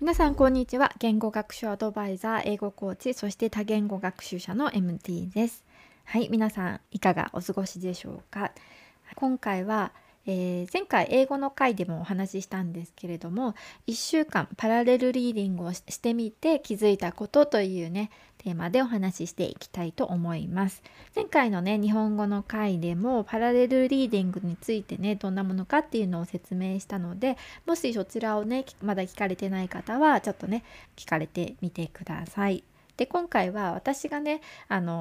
皆さんこんにちは。言語学習アドバイザー、英語コーチ、そして多言語学習者の MT です。はい、皆さんいかがお過ごしでしょうか。今回は、前回英語の回でもお話ししたんですけれども、1週間パラレルリーディングをしてみて気づいたことというねテーマでお話ししていきたいと思います。前回のね日本語の回でもパラレルリーディングについてねどんなものかっていうのを説明したので、もしそちらをねまだ聞かれてない方はちょっとね聞かれてみてください。で、今回は私がね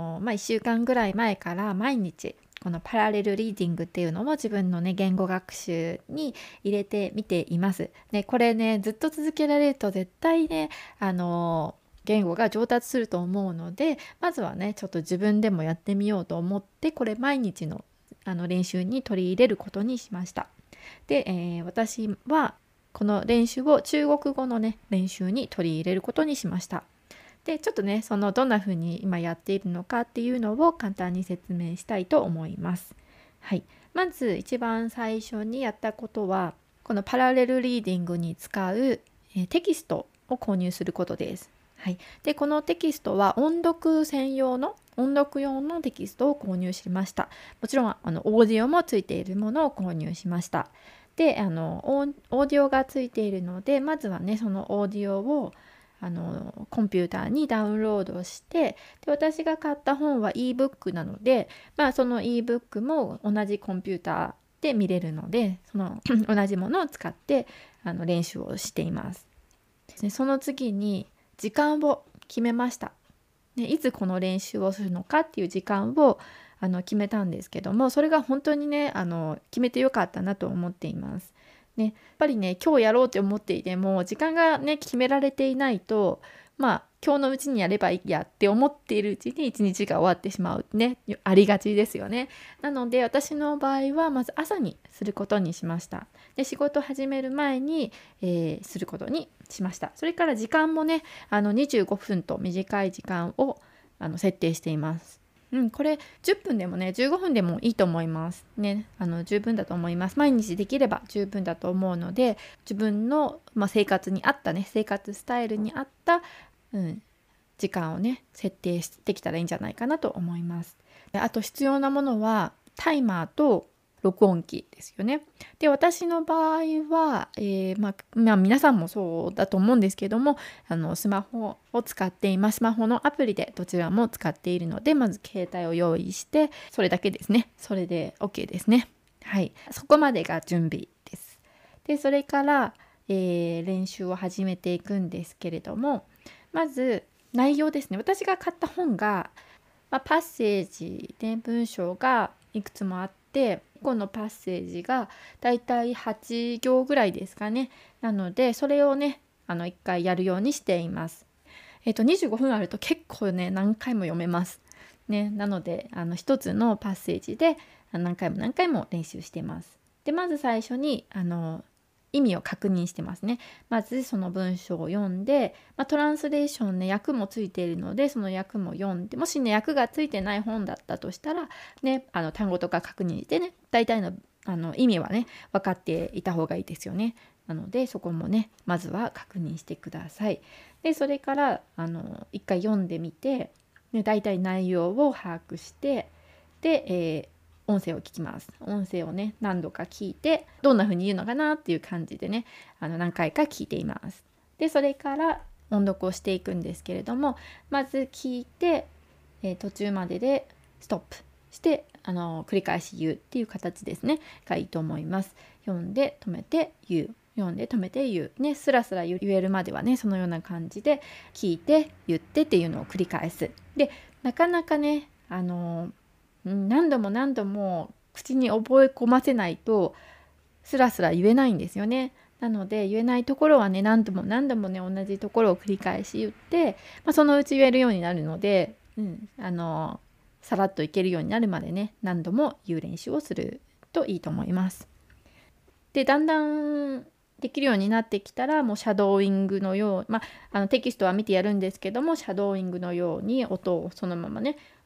1週間ぐらい前から毎日このパラレルリーディングっていうのを自分のね言語学習に入れてみています。ね、これねずっと続けられると絶対ね言語が上達すると思うので、まずはねちょっと自分でもやってみようと思って、これ毎日の練習に取り入れることにしました。で、私はこの練習を中国語のね練習に取り入れることにしました。で、ちょっとねそのどんな風に今やっているのかっていうのを簡単に説明したいと思います。はい、まず一番最初にやったことは、このパラレルリーディングに使うテキストを購入することです。はい、でこのテキストは音読用のテキストを購入しました。もちろんオーディオもついているものを購入しました。でオーディオがついているので、まずはねそのオーディオをコンピューターにダウンロードして、で私が買った本は ebook なので、その ebook も同じコンピューターで見れるので、その同じものを使って練習をしています。でその次に時間を決めました。でいつこの練習をするのかっていう時間を決めたんですけども、それが本当にね決めてよかったなと思っています。ね、やっぱりね今日やろうって思っていても時間がね決められていないと、今日のうちにやればいいやって思っているうちに一日が終わってしまうね、ありがちですよね。なので私の場合はまず朝にすることにしました。で仕事始める前に、することにしました。それから時間もね25分と短い時間を設定しています。これ10分でもね15分でもいいと思いますね。十分だと思います。毎日できれば十分だと思うので、自分の、生活に合ったね生活スタイルに合った、時間をね設定してきたらいいんじゃないかなと思います。であと必要なものはタイマーと録音機ですよね。で私の場合は、皆さんもそうだと思うんですけども、スマホを使っています。スマホのアプリでどちらも使っているので、まず携帯を用意してそれだけですね。それで OK ですね。はい、そこまでが準備です。でそれから、練習を始めていくんですけれども、まず内容ですね。私が買った本が、パッセージで文章がいくつもあって、このパッセージがだいたい8行ぐらいですかね。なのでそれをね1回やるようにしています。25分あると結構ね何回も読めますね。なので一つのパッセージで何回も練習しています。でまず最初に意味を確認してますね。まずその文章を読んで、トランスレーションね訳もついているので、その訳も読んで、もしね訳がついてない本だったとしたらね単語とか確認してね、大体の意味はね分かっていた方がいいですよね。なのでそこもねまずは確認してください。でそれから一回読んでみて、ね、大体内容を把握して、で、音声を聞きます。音声をね何度か聞いて、どんな風に言うのかなっていう感じでね何回か聞いています。でそれから音読をしていくんですけれども、まず聞いて、途中まででストップして繰り返し言うっていう形ですねがいいと思います。読んで止めて言う、読んで止めて言うね、スラスラ言えるまではねそのような感じで聞いて言ってっていうのを繰り返す。でなかなかね何度も口に覚え込ませないとスラスラ言えないんですよね。なので言えないところはね何度もね同じところを繰り返し言って、そのうち言えるようになるので、さらっといけるようになるまでね何度も言う練習をするといいと思います。でだんだんできるようになってきたら、もうシャドーイングのよう、テキストは見てやるんですけども、シャドーイングのように音をそのままね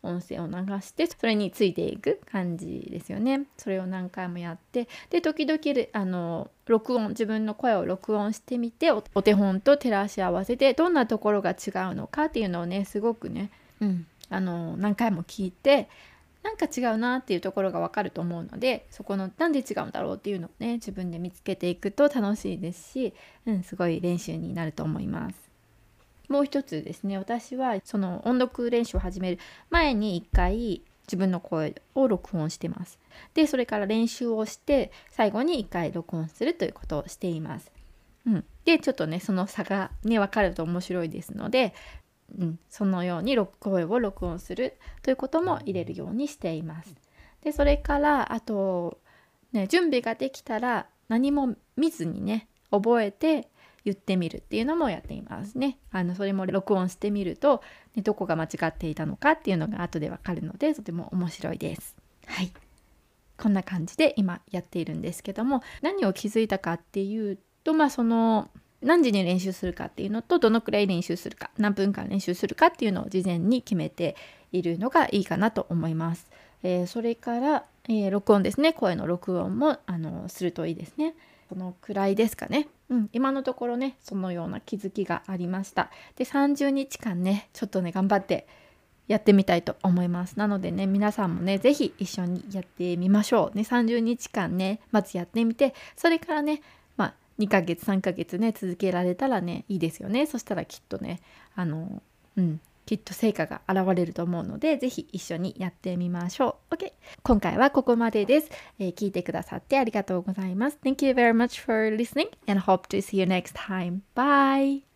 音声を流してそれについていく感じですよね。それを何回もやって、で時々自分の声を録音してみて、お手本と照らし合わせてどんなところが違うのかっていうのをねすごくね、何回も聞いて、なんか違うなっていうところが分かると思うので、そこのなんで違うんだろうっていうのをね自分で見つけていくと楽しいですし、すごい練習になると思います。もう一つですね、私はその音読練習を始める前に一回自分の声を録音してます。でそれから練習をして最後に一回録音するということをしています。でちょっとねその差がね分かると面白いですので、そのように声を録音するということも入れるようにしています。でそれからあと、準備ができたら何も見ずにね覚えて言ってみるっていうのもやっていますね。それも録音してみると、どこが間違っていたのかっていうのが後でわかるのでとても面白いです。はい、こんな感じで今やっているんですけども、何を気づいたかっていうと、その何時に練習するかっていうのと、どのくらい練習するか、何分間練習するかっていうのを事前に決めているのがいいかなと思います。それから、録音ですね。声の録音もするといいですね。このくらいですかね。今のところねそのような気づきがありました。で30日間ねちょっとね頑張ってやってみたいと思います。なのでね皆さんもね是非一緒にやってみましょうね。30日間ねまずやってみて、それからね2ヶ月3ヶ月ね続けられたらねいいですよね。そしたらきっとねきっと成果が現れると思うので、ぜひ一緒にやってみましょう。OK。今回はここまでです。聞いてくださってありがとうございます。Thank you very much for listening and hope to see you next time. Bye!